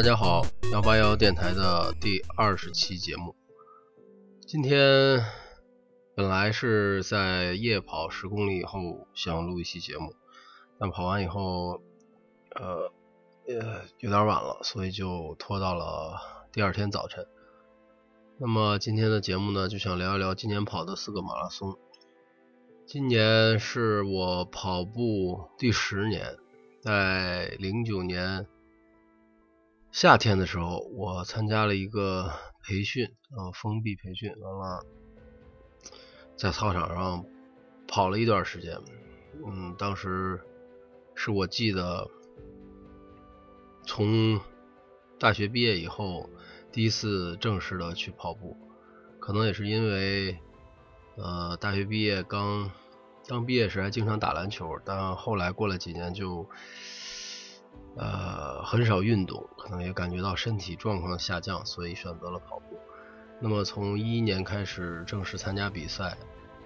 家好，181电台的第20期节目。今天本来是在夜跑10公里以后想录一期节目，但跑完以后有点晚了，所以就拖到了第二天早晨。那么今天的节目呢，就想聊一聊今年跑的4个马拉松。今年是我跑步第10年，在09年夏天的时候，我参加了一个培训，封闭培训，完了在操场上跑了一段时间。当时是我记得从大学毕业以后第一次正式的去跑步，可能也是因为大学毕业刚毕业时还经常打篮球，但后来过了几年就很少运动，可能也感觉到身体状况下降，所以选择了跑步。那么从11年开始正式参加比赛，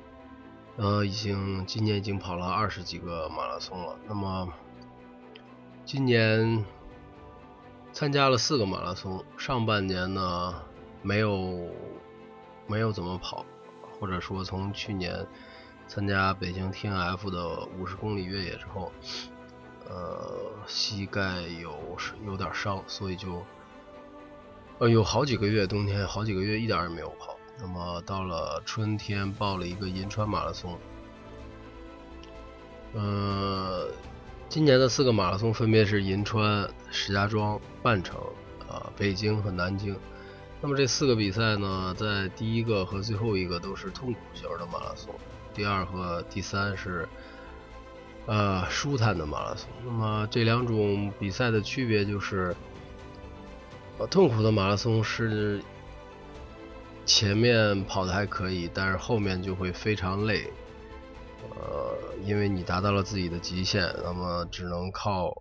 今年已经跑了20几个马拉松了。那么今年参加了4个马拉松，上半年呢没有怎么跑，或者说从去年参加北京 TNF 的50公里越野之后，膝盖有点伤，所以就有好几个月，冬天好几个月一点也没有跑。那么到了春天报了一个银川马拉松。今年的4个马拉松分别是银川、石家庄、半程、北京和南京。那么这4个比赛呢，在第一个和最后一个都是痛苦型的马拉松，第2和第3是舒坦的马拉松。那么这两种比赛的区别就是痛苦的马拉松是前面跑的还可以，但是后面就会非常累，因为你达到了自己的极限，那么只能靠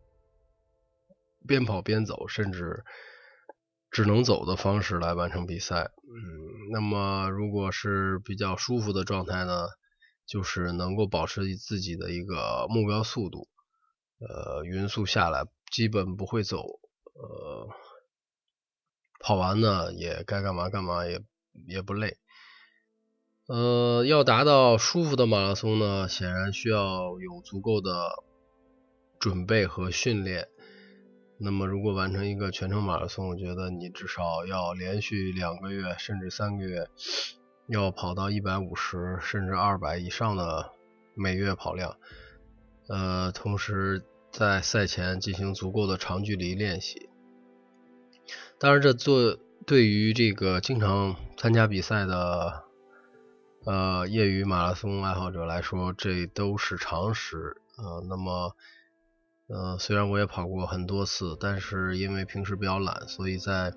边跑边走，甚至只能走的方式来完成比赛。那么如果是比较舒服的状态呢，就是能够保持自己的一个目标速度，匀速下来，基本不会走，跑完呢也该干嘛干嘛，也不累。要达到舒服的马拉松呢，显然需要有足够的准备和训练。那么如果完成一个全程马拉松，我觉得你至少要连续2个月甚至3个月要跑到150甚至200以上的每月跑量，同时在赛前进行足够的长距离练习。当然对于这个经常参加比赛的业余马拉松爱好者来说，这都是常识。那么虽然我也跑过很多次，但是因为平时比较懒，所以在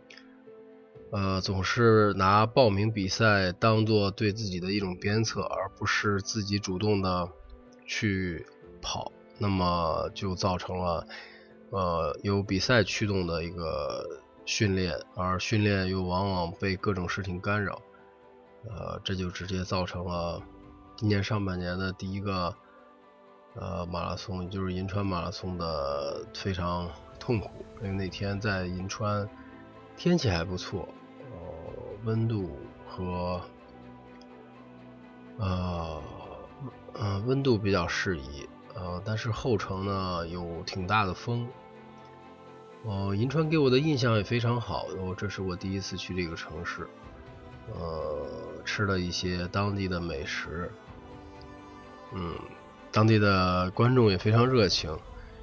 总是拿报名比赛当做对自己的一种鞭策，而不是自己主动的去跑，那么就造成了有比赛驱动的一个训练，而训练又往往被各种事情干扰，这就直接造成了今年上半年的第一个马拉松，也就是银川马拉松的非常痛苦。因为那天在银川天气还不错，温度和温度比较适宜，但是后程呢有挺大的风。银川给我的印象也非常好，这是我第一次去这个城市，吃了一些当地的美食，当地的观众也非常热情，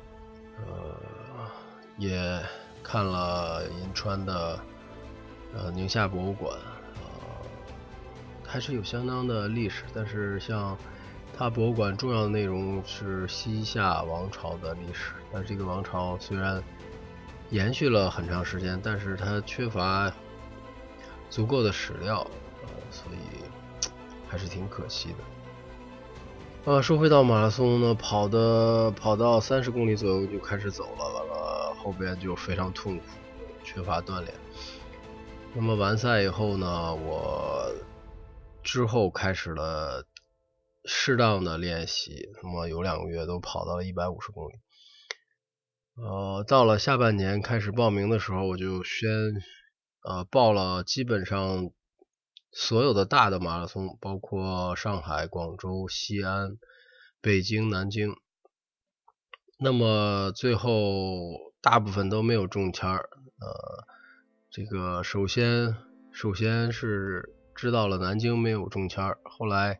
也看了银川的宁夏博物馆，还是有相当的历史，但是像它博物馆重要的内容是西夏王朝的历史，但是这个王朝虽然延续了很长时间，但是它缺乏足够的史料，所以还是挺可惜的。说回到马拉松呢，跑到30公里左右就开始走了，完了后边就非常痛苦，缺乏锻炼。那么完赛以后呢，我之后开始了适当的练习，那么有2个月都跑到了150公里。 到了下半年开始报名的时候，我就报了基本上所有的大的马拉松，包括上海、广州、西安、北京、南京。那么最后大部分都没有中签儿。这个首先是知道了南京没有中签儿，后来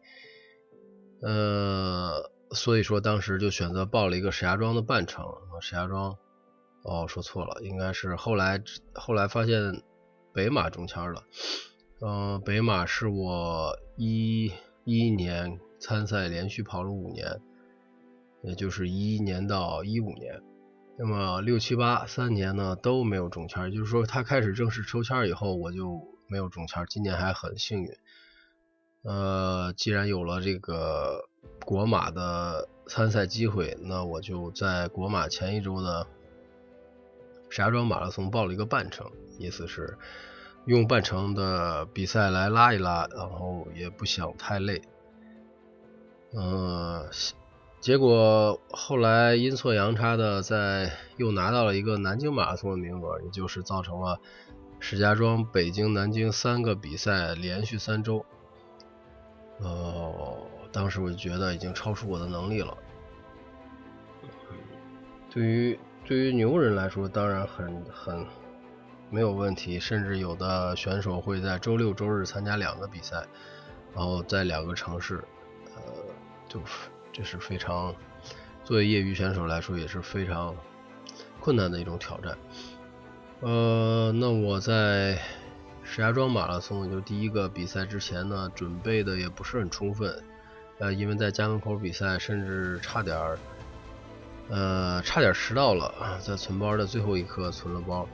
所以说当时就选择报了一个石家庄的半程。石家庄说错了，应该是后来发现北马中签了。北马是我11年参赛连续跑了5年，也就是11年到15年。那么6、7、8 3年呢都没有中签，也就是说他开始正式抽签以后我就没有中签。今年还很幸运，既然有了这个国马的参赛机会，那我就在国马前一周的石家庄马拉松报了一个半程，意思是用半程的比赛来拉一拉，然后也不想太累。结果后来阴错阳差的又拿到了一个南京马拉松的名额，也就是造成了石家庄、北京、南京3个比赛连续3周。当时我就觉得已经超出我的能力了。对于牛人来说当然很没有问题，甚至有的选手会在周6、周日参加2个比赛，然后在2个城市，这是非常，作为业余选手来说也是非常困难的一种挑战。那我在石家庄马拉松，也就第1个比赛之前呢，准备的也不是很充分，因为在家门口比赛，甚至差点迟到了，在存包的最后一刻存了包，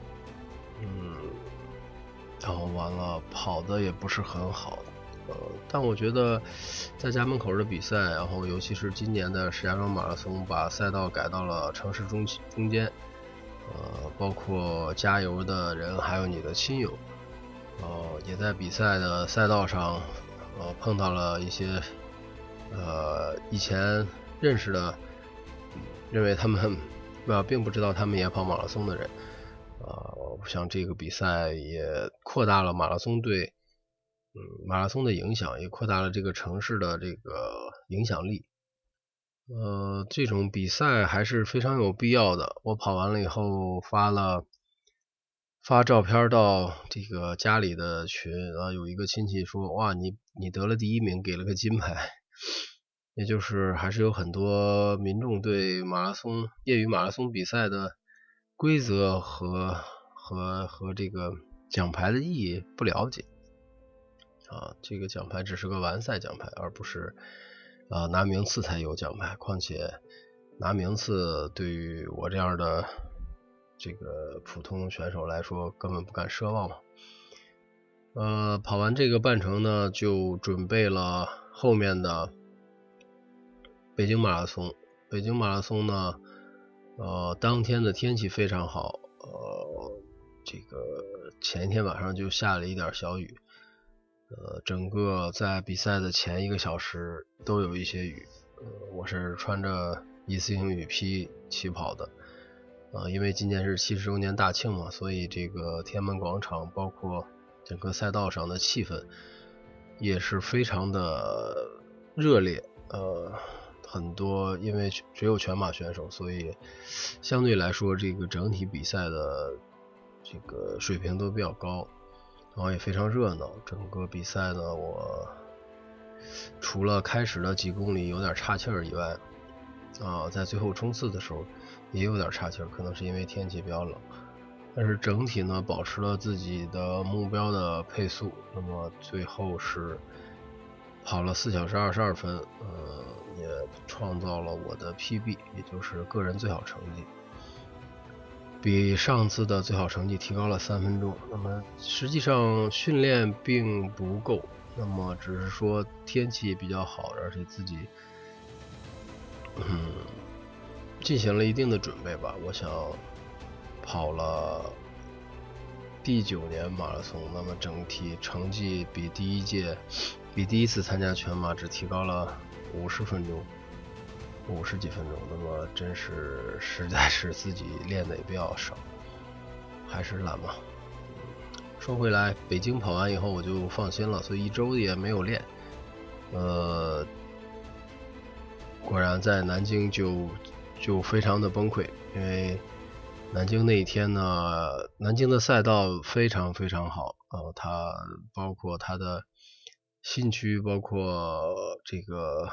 然后完了跑的也不是很好，但我觉得在家门口的比赛，然后尤其是今年的石家庄马拉松，把赛道改到了城市中间，包括加油的人还有你的亲友，也在比赛的赛道上碰到了一些以前认识的，认为他们并不知道他们也跑马拉松的人。我想这个比赛也扩大了马拉松对马拉松的影响，也扩大了这个城市的这个影响力。这种比赛还是非常有必要的。我跑完了以后发照片到这个家里的群，有一个亲戚说，哇，你得了第1名，给了个金牌。也就是还是有很多民众对业余马拉松比赛的规则和这个奖牌的意义不了解。这个奖牌只是个完赛奖牌，而不是拿名次才有奖牌，况且拿名次对于我这样的这个普通选手来说根本不敢奢望嘛。跑完这个半程呢，就准备了后面的北京马拉松。北京马拉松呢，当天的天气非常好，这个前一天晚上就下了一点小雨，整个在比赛的前1个小时都有一些雨，我是穿着一次性雨披起跑的，因为今年是70周年大庆嘛，所以这个天安门广场包括整个赛道上的气氛也是非常的热烈，很多因为只有全马选手，所以相对来说这个整体比赛的这个水平都比较高，然后也非常热闹。整个比赛呢，我除了开始的几公里有点岔气儿以外，在最后冲刺的时候也有点岔气儿，可能是因为天气比较冷，但是整体呢保持了自己的目标的配速，那么最后是跑了4小时22分，也创造了我的 PB， 也就是个人最好成绩，比上次的最好成绩提高了3分钟。那么实际上训练并不够，那么只是说天气比较好，而且自己进行了一定的准备吧。我想跑了第9年马拉松，那么整体成绩比第一次参加全马只提高了50分钟， 50几分钟，那么真是实在是自己练的也比较少，还是懒嘛。说回来，北京跑完以后我就放心了，所以1周也没有练。果然在南京就非常的崩溃，因为南京那一天呢，南京的赛道非常非常好，它包括它的新区，包括这个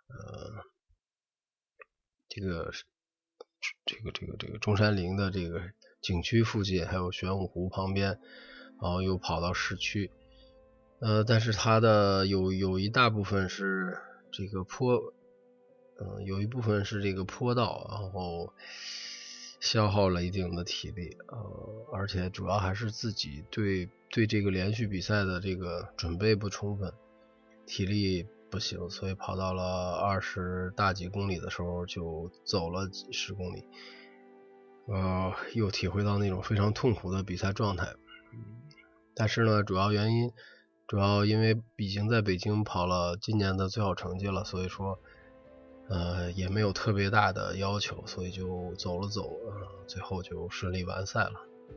中山陵的这个景区附近，还有玄武湖旁边，然后又跑到市区，但是它的有一大部分是这个有一部分是这个坡道，然后消耗了一定的体力，而且主要还是自己对这个连续比赛的这个准备不充分，体力不行，所以跑到了20大几公里的时候就走了10公里，又体会到那种非常痛苦的比赛状态。但是呢，主要因为已经在北京跑了今年的最好成绩了，所以说也没有特别大的要求，所以就走了走，最后就顺利完赛了。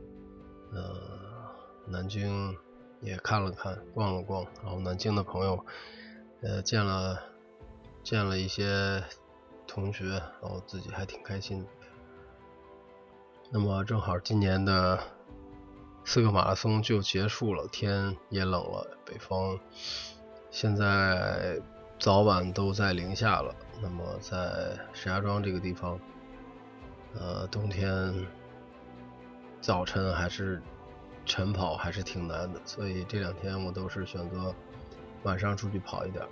南京也看了看，逛了逛，然后南京的朋友见了一些同学，然后自己还挺开心的。那么正好今年的4个马拉松就结束了，天也冷了，北方现在早晚都在零下了。那么在石家庄这个地方，冬天早晨还是晨跑还是挺难的，所以这2天我都是选择晚上出去跑一点，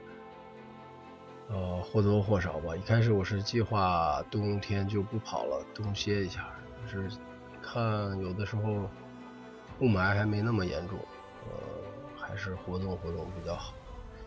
或多或少吧。一开始我是计划冬天就不跑了，冬歇一下，但是看有的时候雾霾还没那么严重，还是活动比较好。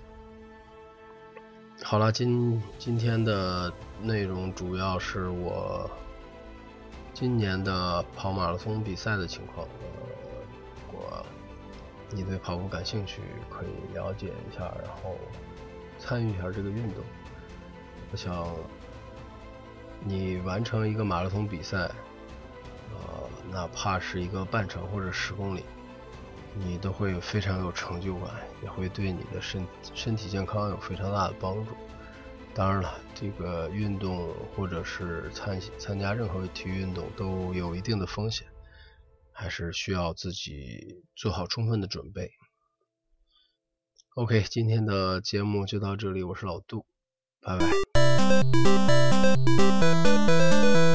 好了，今天的内容主要是我今年的跑马拉松比赛的情况。如果你对跑步感兴趣，可以了解一下，然后参与一下这个运动。我想你完成一个马拉松比赛，哪怕是一个半程或者10公里，你都会非常有成就感，也会对你的身体健康有非常大的帮助。当然了，这个运动或者是参加任何体育运动都有一定的风险，还是需要自己做好充分的准备。OK， 今天的节目就到这里，我是老杜，拜拜。